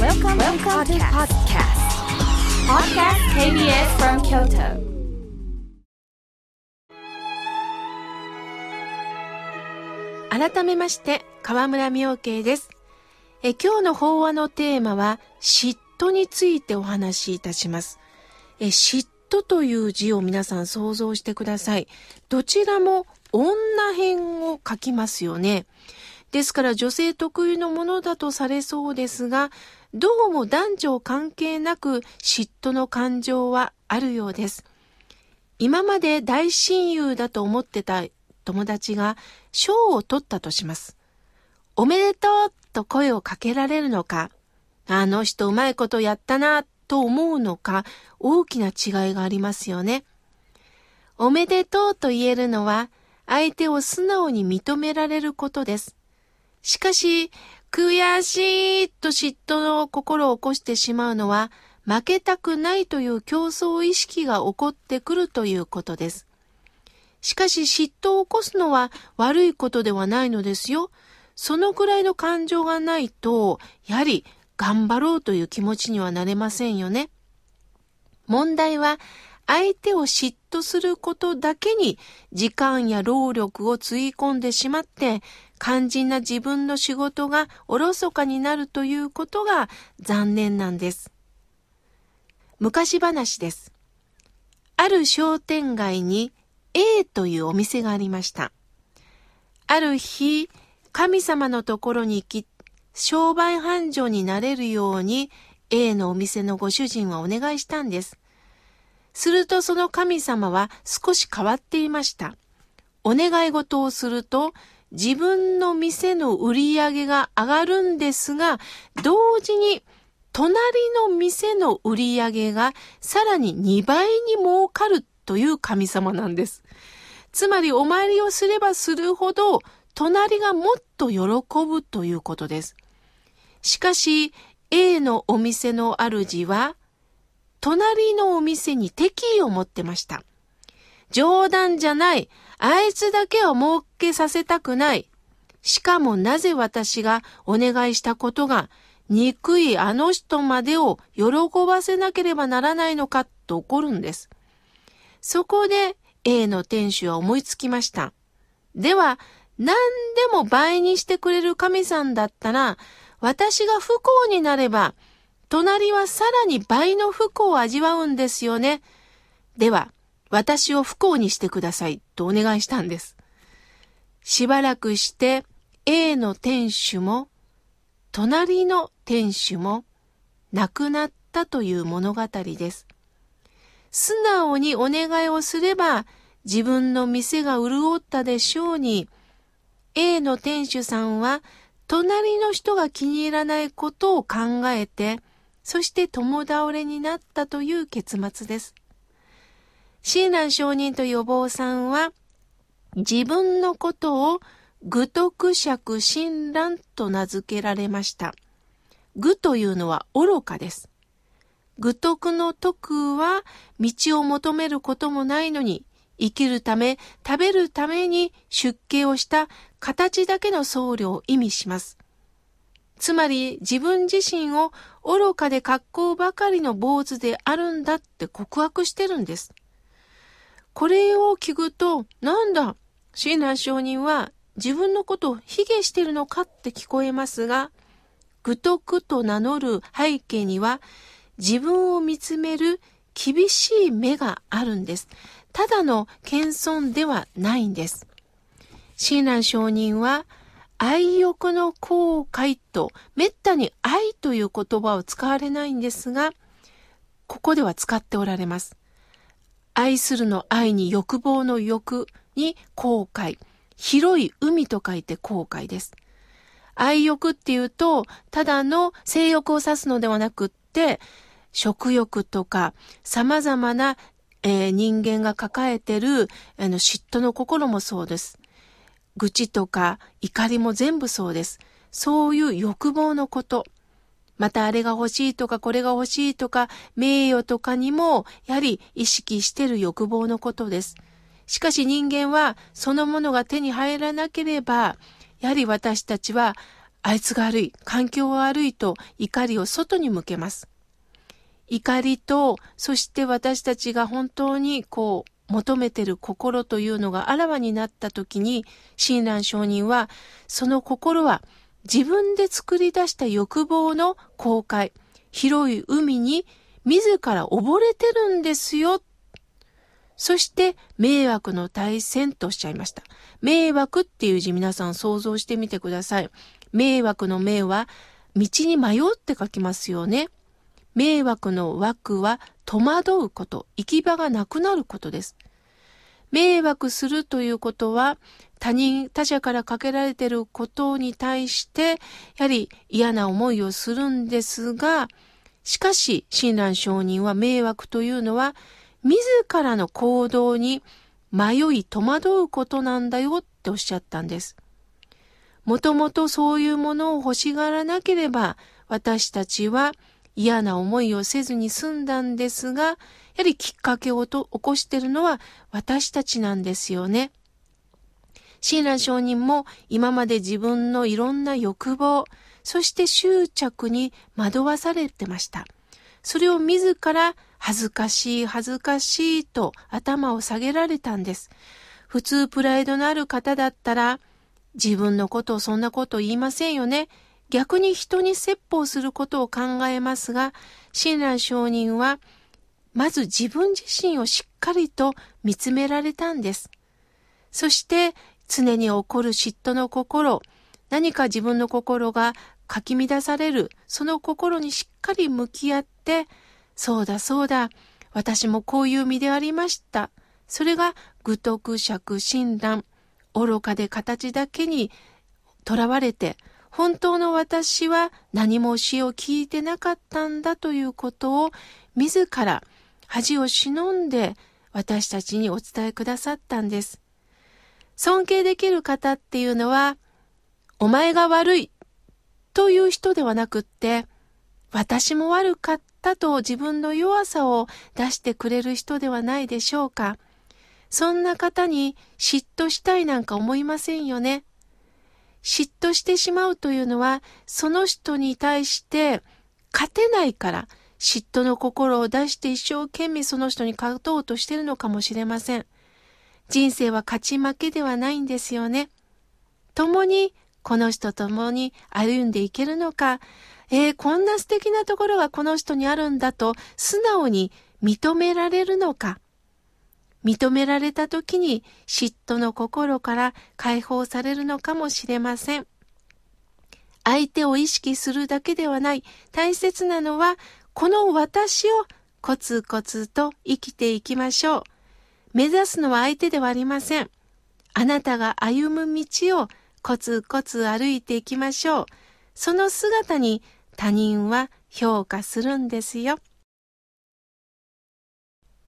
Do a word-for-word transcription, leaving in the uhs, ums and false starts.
Welcome, Welcome to podcast. Podcast ケービーエス from Kyoto. 改めまして川村明慶です。え今日の法話のテーマは嫉妬についてお話しいたします。え嫉妬という字を皆さん想像してください。どちらも女編を書きますよね。ですから女性特有のものだとされそうですが、どうも男女関係なく嫉妬の感情はあるようです。今まで大親友だと思ってた友達が賞を取ったとします。おめでとうと声をかけられるのか、あの人うまいことやったなと思うのか、大きな違いがありますよね。おめでとうと言えるのは相手を素直に認められることです。しかし、悔しいと嫉妬の心を起こしてしまうのは、負けたくないという競争意識が起こってくるということです。しかし嫉妬を起こすのは悪いことではないのですよ。そのくらいの感情がないと、やはり頑張ろうという気持ちにはなれませんよね。問題は、相手を嫉妬することだけに時間や労力をつぎ込んでしまって、肝心な自分の仕事がおろそかになるということが残念なんです。昔話です。ある商店街に A というお店がありました。ある日、神様のところに行き、商売繁盛になれるように A のお店のご主人はお願いしたんです。するとその神様は少し変わっていました。お願い事をすると自分の店の売り上げが上がるんですが、同時に隣の店の売り上げがさらににばいに儲かるという神様なんです。つまりお参りをすればするほど隣がもっと喜ぶということです。しかし A のお店の主は隣のお店に敵意を持ってました。冗談じゃない。あいつだけは儲けさせたくない。しかもなぜ私がお願いしたことが憎いあの人までを喜ばせなければならないのかと怒るんです。そこで A の店主は思いつきました。では何でも倍にしてくれる神さんだったら、私が不幸になれば隣はさらに倍の不幸を味わうんですよね。では、私を不幸にしてくださいとお願いしたんです。しばらくして A の店主も隣の店主も亡くなったという物語です。素直にお願いをすれば自分の店が潤ったでしょうに、A の店主さんは隣の人が気に入らないことを考えて、そして共倒れになったという結末です。親鸞上人というお坊さんは、自分のことを愚徳釈親鸞と名付けられました。愚というのは愚かです。愚徳の徳は道を求めることもないのに、生きるため、食べるために出家をした形だけの僧侶を意味します。つまり自分自身を愚かで格好ばかりの坊主であるんだって告白してるんです。これを聞くと、なんだ、親鸞上人は自分のことを卑下してるのかって聞こえますが、愚徳と名乗る背景には自分を見つめる厳しい目があるんです。ただの謙遜ではないんです。親鸞上人は愛欲の後悔と、めったに愛という言葉を使われないんですが、ここでは使っておられます。愛するの愛に欲望の欲に後悔。広い海と書いて後悔です。愛欲っていうと、ただの性欲を指すのではなくって、食欲とか様々な、えー、人間が抱えているあの嫉妬の心もそうです。愚痴とか怒りも全部そうです。そういう欲望のこと。またあれが欲しいとかこれが欲しいとか名誉とかにもやはり意識している欲望のことです。しかし人間はそのものが手に入らなければ、やはり私たちはあいつが悪い、環境が悪いと怒りを外に向けます。怒りと、そして私たちが本当にこう求めている心というのがあらわになったときに、親鸞上人はその心は自分で作り出した欲望の航海、広い海に自ら溺れてるんですよ。そして迷惑の大戦とおっしゃいました。迷惑っていう字、皆さん想像してみてください。迷惑の迷は道に迷って書きますよね。迷惑の惑は戸惑うこと、行き場がなくなることです。迷惑するということは他人、他者からかけられていることに対してやはり嫌な思いをするんですが、しかし親鸞上人は迷惑というのは自らの行動に迷い戸惑うことなんだよっておっしゃったんです。もともとそういうものを欲しがらなければ私たちは嫌な思いをせずに済んだんですが、やはりきっかけをと起こしているのは私たちなんですよね。親鸞上人も今まで自分のいろんな欲望、そして執着に惑わされてました。それを自ら恥ずかしい恥ずかしいと頭を下げられたんです。普通プライドのある方だったら自分のことをそんなこと言いませんよね。逆に人に説法することを考えますが、親鸞上人はまず自分自身をしっかりと見つめられたんです。そして常に起こる嫉妬の心、何か自分の心がかき乱される、その心にしっかり向き合って、そうだそうだ、私もこういう身でありました。それが愚徳釈親鸞、愚かで形だけにとらわれて、本当の私は何も教えを聞いてなかったんだということを自ら恥を忍んで私たちにお伝えくださったんです。尊敬できる方っていうのは、お前が悪いという人ではなくって、私も悪かったと自分の弱さを出してくれる人ではないでしょうか。そんな方に嫉妬したいなんか思いませんよね。嫉妬してしまうというのは、その人に対して勝てないから嫉妬の心を出して一生懸命その人に勝とうとしているのかもしれません。人生は勝ち負けではないんですよね。共にこの人と共に歩んでいけるのか、えー、こんな素敵なところがこの人にあるんだと素直に認められるのか。認められたときに嫉妬の心から解放されるのかもしれません。相手を意識するだけではない。大切なのは、この私をコツコツと生きていきましょう。目指すのは相手ではありません。あなたが歩む道をコツコツ歩いていきましょう。その姿に他人は評価するんですよ。